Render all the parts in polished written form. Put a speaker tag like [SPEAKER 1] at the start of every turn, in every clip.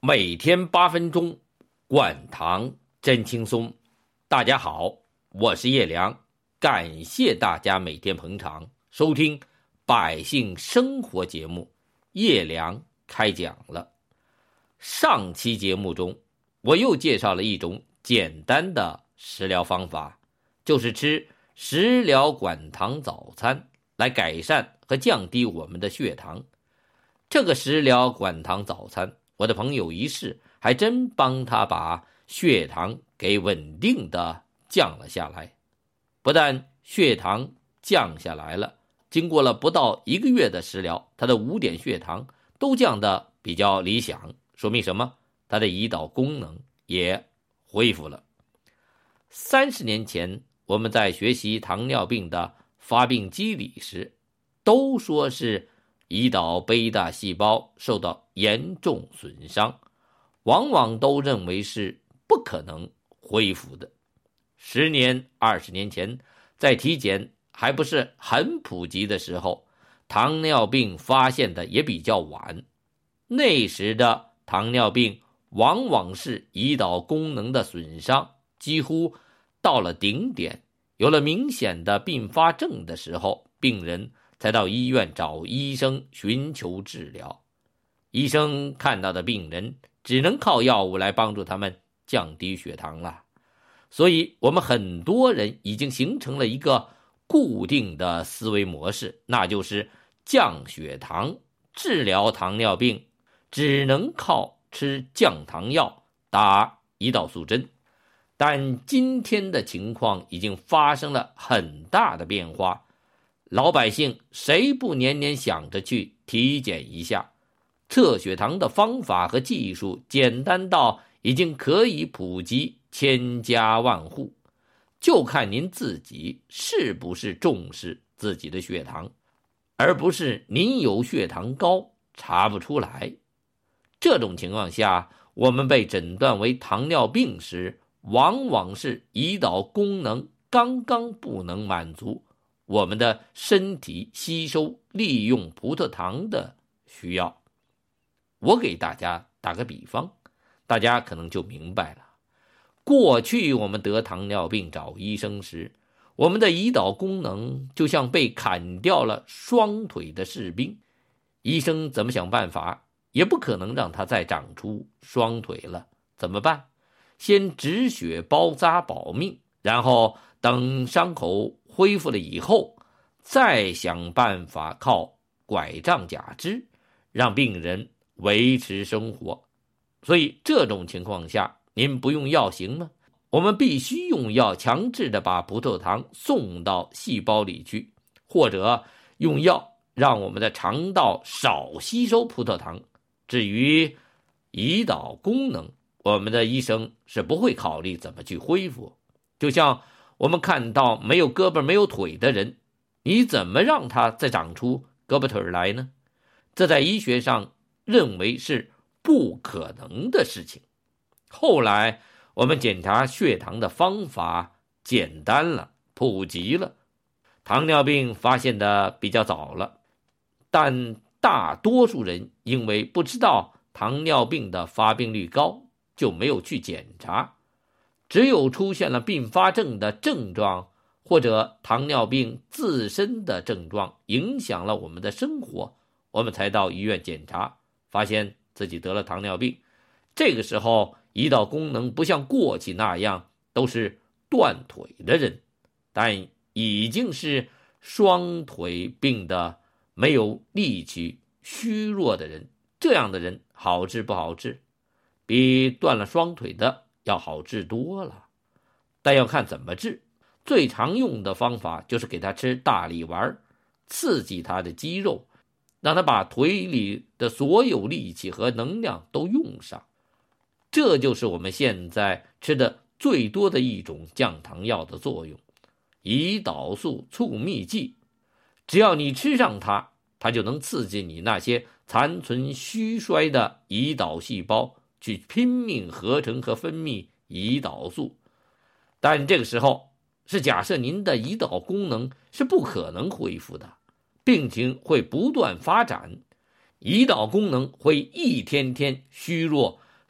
[SPEAKER 1] 每天8分钟，灌糖真轻松。大家好，我是叶良，感谢大家每天捧场收听百姓生活节目。叶良开讲了。上期节目中，我又介绍了一种简单的食疗方法，就是吃食疗管糖早餐来改善和降低我们的血糖。这个食疗管糖早餐，我的朋友一试，还真帮他把血糖给稳定的降了下来。不但血糖降下来了，经过了不到1个月的食疗，他的5点血糖都降得比较理想，说明什么？他的胰岛功能也恢复了。30年前，我们在学习糖尿病的发病机理时，都说是胰岛贝塔细胞受到严重损伤，往往都认为是不可能恢复的。10年、20年前，在体检还不是很普及的时候，糖尿病发现的也比较晚。那时的糖尿病往往是胰岛功能的损伤几乎到了顶点，有了明显的并发症的时候，病人才到医院找医生寻求治疗。医生看到的病人只能靠药物来帮助他们降低血糖了。所以我们很多人已经形成了一个固定的思维模式，那就是降血糖治疗糖尿病只能靠吃降糖药、打胰岛素针。但今天的情况已经发生了很大的变化，老百姓谁不年年想着去体检一下？测血糖的方法和技术简单到已经可以普及千家万户，就看您自己是不是重视自己的血糖，而不是您有血糖高查不出来。这种情况下，我们被诊断为糖尿病时，往往是胰岛功能刚刚不能满足我们的身体吸收利用葡萄糖的需要。我给大家打个比方，大家可能就明白了。过去我们得糖尿病找医生时，我们的胰岛功能就像被砍掉了双腿的士兵，医生怎么想办法也不可能让他再长出双腿了。怎么办？先止血包扎保命，然后等伤口恢复了以后，再想办法靠拐杖假肢让病人维持生活。所以这种情况下，您不用药行吗？我们必须用药强制的把葡萄糖送到细胞里去，或者用药让我们的肠道少吸收葡萄糖。至于胰岛功能，我们的医生是不会考虑怎么去恢复。就像我们看到没有胳膊没有腿的人，你怎么让他再长出胳膊腿来呢？这在医学上认为是不可能的事情。后来我们检查血糖的方法简单了，普及了，糖尿病发现的比较早了，但大多数人因为不知道糖尿病的发病率高，就没有去检查。只有出现了并发症的症状，或者糖尿病自身的症状影响了我们的生活，我们才到医院检查，发现自己得了糖尿病。这个时候胰岛功能不像过去那样都是断腿的人，但已经是双腿病的没有力气虚弱的人。这样的人好治不好治？比断了双腿的要好治多了，但要看怎么治。最常用的方法就是给他吃大力丸，刺激他的肌肉，让他把腿里的所有力气和能量都用上。这就是我们现在吃的最多的一种降糖药的作用——胰岛素促泌剂。只要你吃上它，它就能刺激你那些残存虚衰的胰岛细胞去拼命合成和分泌胰岛素。但这个时候是假设您的胰岛功能是不可能恢复的，病情会不断发展，胰岛功能会一天天虚弱，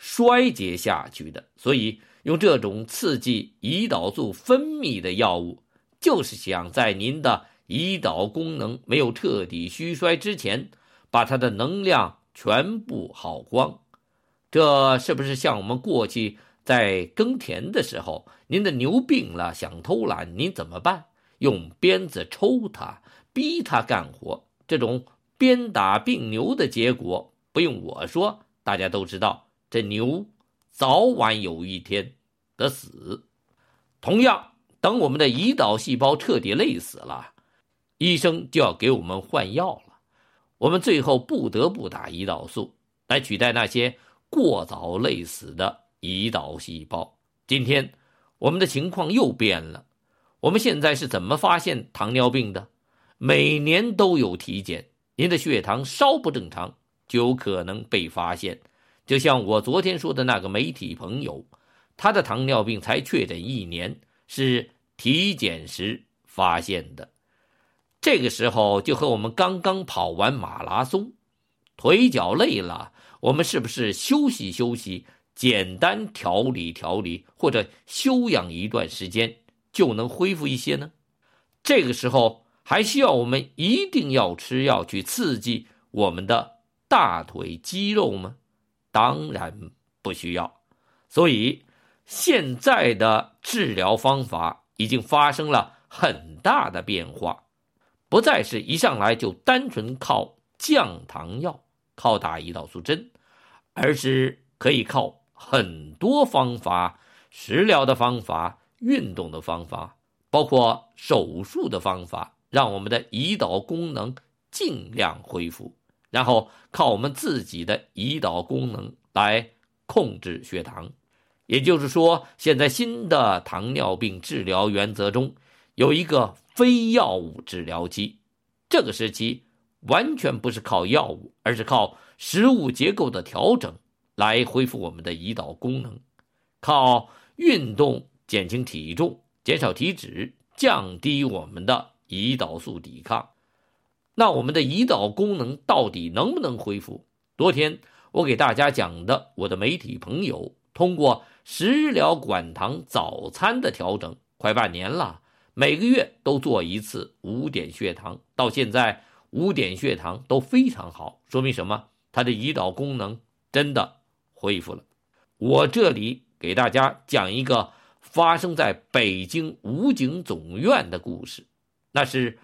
[SPEAKER 1] 衰竭下去的。所以用这种刺激胰岛素分泌的药物，就是想在您的胰岛功能没有彻底虚衰之前，把它的能量全部耗光。这是不是像我们过去在耕田的时候，您的牛病了想偷懒，您怎么办？用鞭子抽它，逼它干活。这种鞭打病牛的结果，不用我说，大家都知道，这牛早晚有一天得死。同样，等我们的胰岛细胞彻底累死了，医生就要给我们换药了。我们最后不得不打胰岛素来取代那些过早累死的胰岛细胞。今天我们的情况又变了，我们现在是怎么发现糖尿病的？每年都有体检，您的血糖稍不正常就有可能被发现。就像我昨天说的那个媒体朋友，他的糖尿病才确诊1年，是体检时发现的。这个时候就和我们刚刚跑完马拉松，腿脚累了，我们是不是休息休息，简单调理调理，或者休养一段时间就能恢复一些呢？这个时候还需要我们一定要吃药去刺激我们的大腿肌肉吗？当然不需要。所以现在的治疗方法已经发生了很大的变化，不再是一上来就单纯靠降糖药，靠打胰岛素针，而是可以靠很多方法，食疗的方法，运动的方法，包括手术的方法，让我们的胰岛功能尽量恢复，然后靠我们自己的胰岛功能来控制血糖。也就是说，现在新的糖尿病治疗原则中有一个非药物治疗期，这个时期完全不是靠药物，而是靠食物结构的调整来恢复我们的胰岛功能，靠运动减轻体重，减少体脂，降低我们的胰岛素抵抗。那我们的胰岛功能到底能不能恢复？昨天我给大家讲的，我的媒体朋友通过食疗管糖早餐的调整，快半年了，每个月都做一次5点血糖，到现在5点血糖都非常好，说明什么？它的胰岛功能真的恢复了。我这里给大家讲一个发生在北京武警总院的故事。那是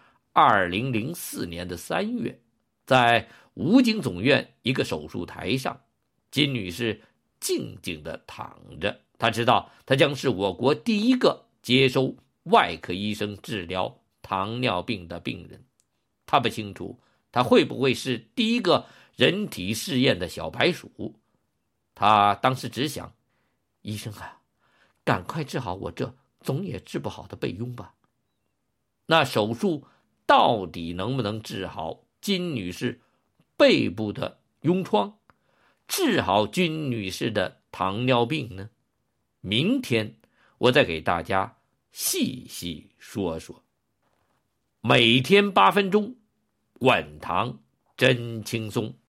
[SPEAKER 1] 2004年的3月，在武警总院一个手术台上，金女士静静地躺着。她知道她将是我国第一个接收外科医生治疗糖尿病的病人。她不清楚她会不会是第一个人体试验的小白鼠。她当时只想，医生啊，赶快治好我这总也治不好的背痈吧。那手术到底能不能治好金女士背部的痈疮，治好金女士的糖尿病呢？明天我再给大家细细说说。每天8分钟，管糖真轻松。